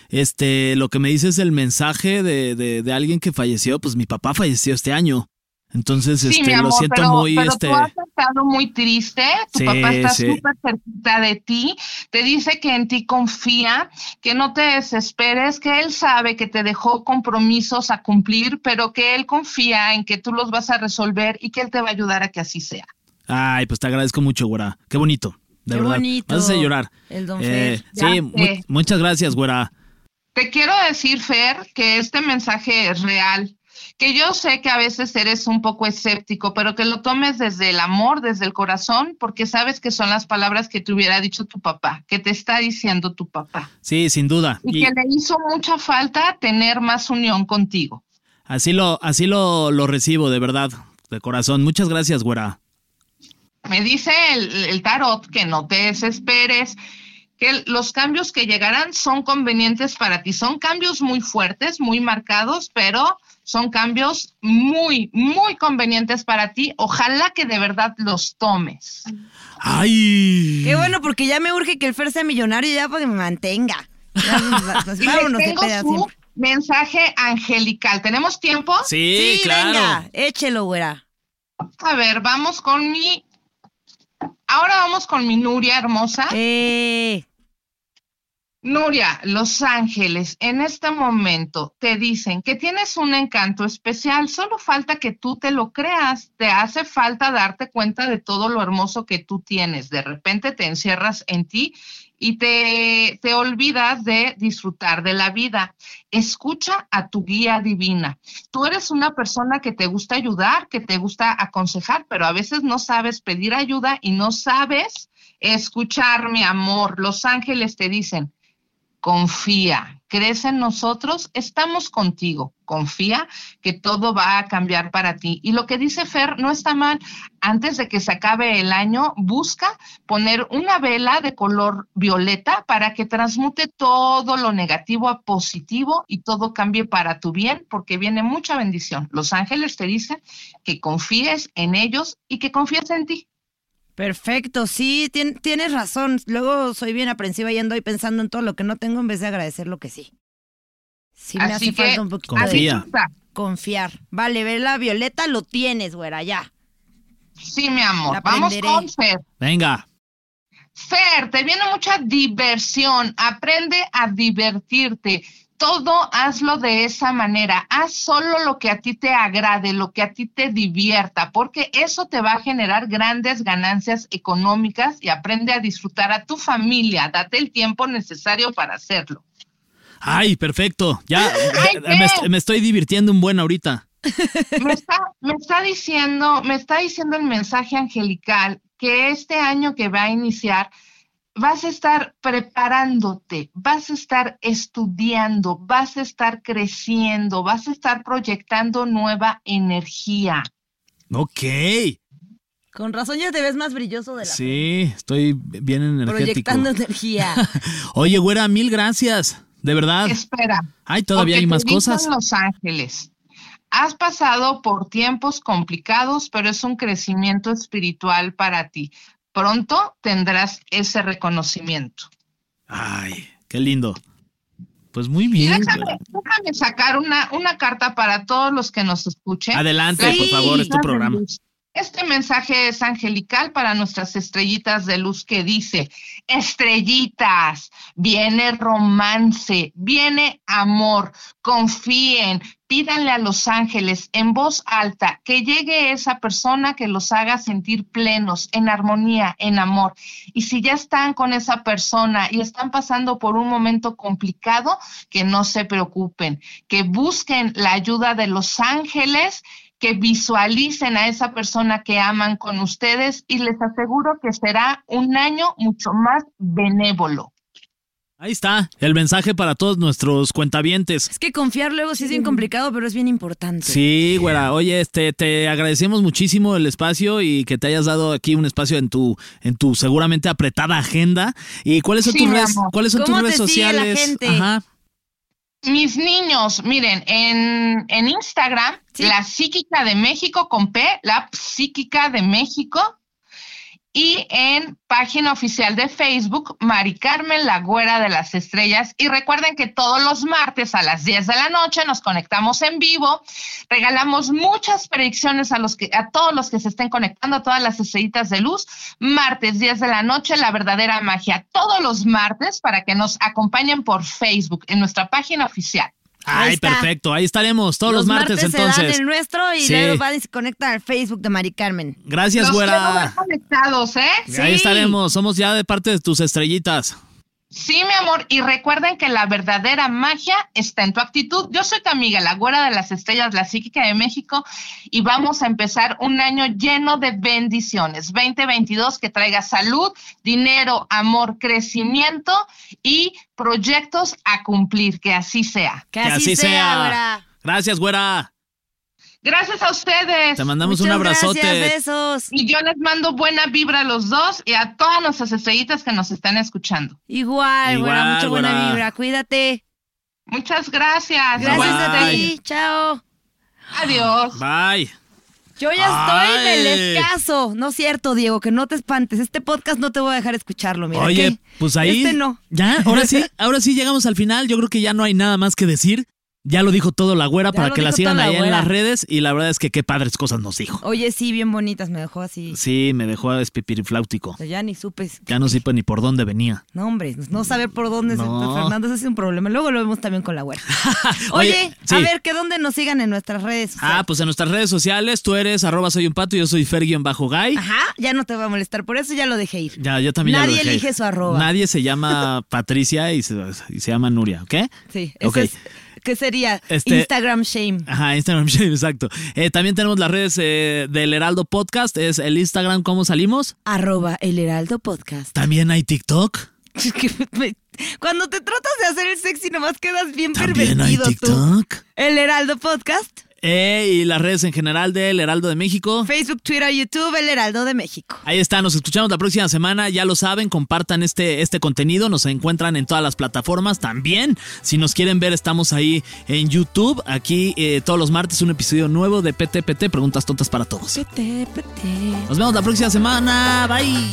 este, lo que me dices el mensaje de, de, de alguien que falleció, pues mi papá falleció este año. Entonces, Sí, este, mi amor, lo siento pero, muy, pero este. tú has estado muy triste, tu Sí, papá está sí. súper cerquita de ti, te dice que en ti confía, que no te desesperes, que él sabe que te dejó compromisos a cumplir, pero que él confía en que tú los vas a resolver y que él te va a ayudar a que así sea. Ay, pues te agradezco mucho, güera. Qué bonito, de Qué verdad. bonito. Me haces llorar. El don Eh, Fer. Ya sí, mu- sé. muchas gracias, güera. Te quiero decir, Fer, que este mensaje es real, que yo sé que a veces eres un poco escéptico, pero que lo tomes desde el amor, desde el corazón, porque sabes que son las palabras que te hubiera dicho tu papá, que te está diciendo tu papá. Sí, sin duda. Y Y que le hizo mucha falta tener más unión contigo. así lo, así lo, lo recibo, de verdad, de corazón. Muchas gracias, güera. Me dice el, el tarot que no te desesperes, que los cambios que llegarán son convenientes para ti. Son cambios muy fuertes, muy marcados, pero son cambios muy, muy convenientes para ti. Ojalá que de verdad los tomes. ¡Ay! Qué bueno, porque ya me urge que el Fer sea millonario ya para que me mantenga. Ya, pues, Y vámonos les de tengo peda su siempre. mensaje angelical. ¿Tenemos tiempo? Sí, Sí, claro. venga, échelo, güera. A ver, vamos con mi... Ahora vamos con mi Nuria hermosa. Eh, Nuria, Los Ángeles, en este momento te dicen que tienes un encanto especial, solo falta que tú te lo creas, te hace falta darte cuenta de todo lo hermoso que tú tienes. De repente te encierras en ti y te, te olvidas de disfrutar de la vida. Escucha a tu guía divina. Tú eres una persona que te gusta ayudar, que te gusta aconsejar, pero a veces no sabes pedir ayuda y no sabes escuchar, mi amor. Los ángeles te dicen: confía, crees en nosotros, estamos contigo, confía que todo va a cambiar para ti. Y lo que dice Fer no está mal. Antes de que se acabe el año, busca poner una vela de color violeta para que transmute todo lo negativo a positivo y todo cambie para tu bien, porque viene mucha bendición. Los ángeles te dicen que confíes en ellos y que confíes en ti. perfecto, sí, tien- tienes razón. Luego soy bien aprensiva y ando ahí pensando en todo lo que no tengo en vez de agradecer lo que sí. Sí me Así hace que, falta un poquito confía. de así está. confiar. Vale, vela violeta lo tienes, güera, ya. Sí, mi amor. La Vamos aprenderé. con Fer. Venga. Fer, te viene mucha diversión. Aprende a divertirte. Todo hazlo de esa manera. Haz solo lo que a ti te agrade, lo que a ti te divierta, porque eso te va a generar grandes ganancias económicas y aprende a disfrutar a tu familia. Date el tiempo necesario para hacerlo. Ay, perfecto. Ya Ay, me, me est- ¿qué? me estoy divirtiendo un buen ahorita. Me está, me está diciendo, me está diciendo el mensaje angelical que este año que va a iniciar vas a estar preparándote, vas a estar estudiando, vas a estar creciendo, vas a estar proyectando nueva energía. Ok. Con razón ya te ves más brilloso de la Sí, estoy bien energético. proyectando energía. Oye, güera, mil gracias. De verdad. Espera. Ay, todavía porque hay más te dicen cosas. Los Ángeles. Has pasado por tiempos complicados, pero es un crecimiento espiritual para ti. Pronto tendrás ese reconocimiento. Ay, qué lindo. Pues muy Y bien. déjame, güera. déjame sacar una, una carta para todos los que nos escuchen. Adelante, Las por favor, es tu estrellitas de programa. luz. Este mensaje es angelical para nuestras estrellitas de luz que dice: estrellitas, viene romance, viene amor, confíen, pídanle a los ángeles en voz alta que llegue esa persona que los haga sentir plenos, en armonía, en amor. Y si ya están con esa persona y están pasando por un momento complicado, que no se preocupen, que busquen la ayuda de los ángeles, que visualicen a esa persona que aman con ustedes y les aseguro que será un año mucho más benévolo. Ahí está, el mensaje para todos nuestros cuentavientes. Es que confiar luego sí es bien complicado, pero es bien importante. Sí, güera. Oye, este, te agradecemos muchísimo el espacio y que te hayas dado aquí un espacio en tu, en tu seguramente apretada agenda. ¿Y cuáles son Sí, tus mi redes, amor. cuáles son tus ¿Cómo redes te sigue la sociales? gente? Ajá. Mis niños, miren, en, en Instagram, Sí. la psíquica de México con P, la psíquica de México. y en página oficial de Facebook, Mari Carmen, la güera de las estrellas. Y recuerden que todos los martes a las diez de la noche nos conectamos en vivo. Regalamos muchas predicciones a los que, a todos los que se estén conectando, a todas las estrellitas de luz. Martes, diez de la noche, la verdadera magia. Todos los martes para que nos acompañen por Facebook en nuestra página oficial. Ay, Ahí perfecto. Ahí estaremos todos los, Los martes, martes entonces. se dan el nuestro y Sí. luego van y se conectan al Facebook de Mari Carmen. Gracias, Los quiero ver güera. conectados, ¿eh? Ahí Sí. estaremos. Somos ya de parte de tus estrellitas. Sí, mi amor, y recuerden que la verdadera magia está en tu actitud. Yo soy tu amiga, la güera de las estrellas, la psíquica de México, y vamos a empezar un año lleno de bendiciones. veinte veintidós que traiga salud, dinero, amor, crecimiento y proyectos a cumplir, que así sea. Que así, sea, güera. Gracias, güera. Gracias a ustedes. Te mandamos Muchas un abrazote. Gracias, besos. Y yo les mando buena vibra a los dos y a todas nuestras estrellitas que nos están escuchando. Igual, güera, Igual, mucha buena güera. vibra. Cuídate. Muchas gracias. Gracias Igual. a ti. Chao. Adiós. Bye. Yo ya estoy en el Ay. escaso. No es cierto, Diego, que no te espantes. Este podcast no te voy a dejar escucharlo, mira. Oye, ¿qué? pues ahí. Este no. Ya, ahora sí, ahora sí llegamos al final. Yo creo que ya no hay nada más que decir. Ya lo dijo todo la güera Ya para lo que la dijo sigan toda la ahí en güera. las redes. Y la verdad es que qué padres cosas nos dijo. Oye, sí, bien bonitas. Me dejó así. Sí, me dejó espipirifláutico. O sea, ya ni supe. Ya no supe ni por dónde venía. No, hombre, no saber por dónde No. se Fernando ese es un problema. Luego lo vemos también con la güera. Oye, Oye, sí. a ver, que dónde nos sigan en nuestras redes sociales. Ah, pues en nuestras redes sociales, tú eres arroba soy un pato y yo soy fer-gay. Ajá, ya no te va a molestar, por eso ya lo dejé ir. Ya, yo también ya Nadie lo dejé. elige su arroba. Nadie se llama Patricia y se, y se llama Nuria, ¿ok? Sí, eso Ok. es, ¿qué sería? Este- Instagram shame. Ajá, Instagram, sí, exacto. Eh, también tenemos las redes eh, del Heraldo Podcast, es el Instagram, ¿cómo salimos? Arroba el Heraldo Podcast. También hay TikTok. Cuando te tratas de hacer el sexy nomás quedas bien También hay pervertido tú. TikTok. El Heraldo Podcast. Eh, y las redes en general del Heraldo de México. Facebook, Twitter, YouTube, El Heraldo de México. Ahí está, nos escuchamos la próxima semana, ya lo saben, compartan este, este contenido, nos encuentran en todas las plataformas también. Si nos quieren ver, estamos ahí en YouTube, aquí eh, todos los martes un episodio nuevo de P T P T, Preguntas Tontas para Todos. Pete, pete. Nos vemos la próxima semana, bye.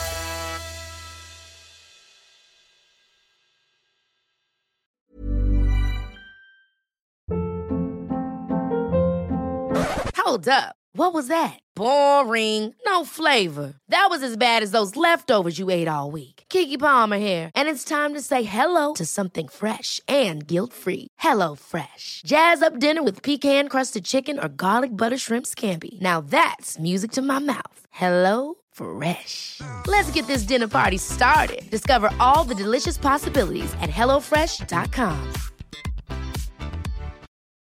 Hold up. What was that? Boring. No flavor. That was as bad as those leftovers you ate all week. Keke Palmer here, and it's time to say hello to something fresh and guilt-free. Hello Fresh. Jazz up dinner with pecan-crusted chicken or garlic butter shrimp scampi. Now that's music to my mouth. Hello Fresh. Let's get this dinner party started. Discover all the delicious possibilities at hello fresh dot com.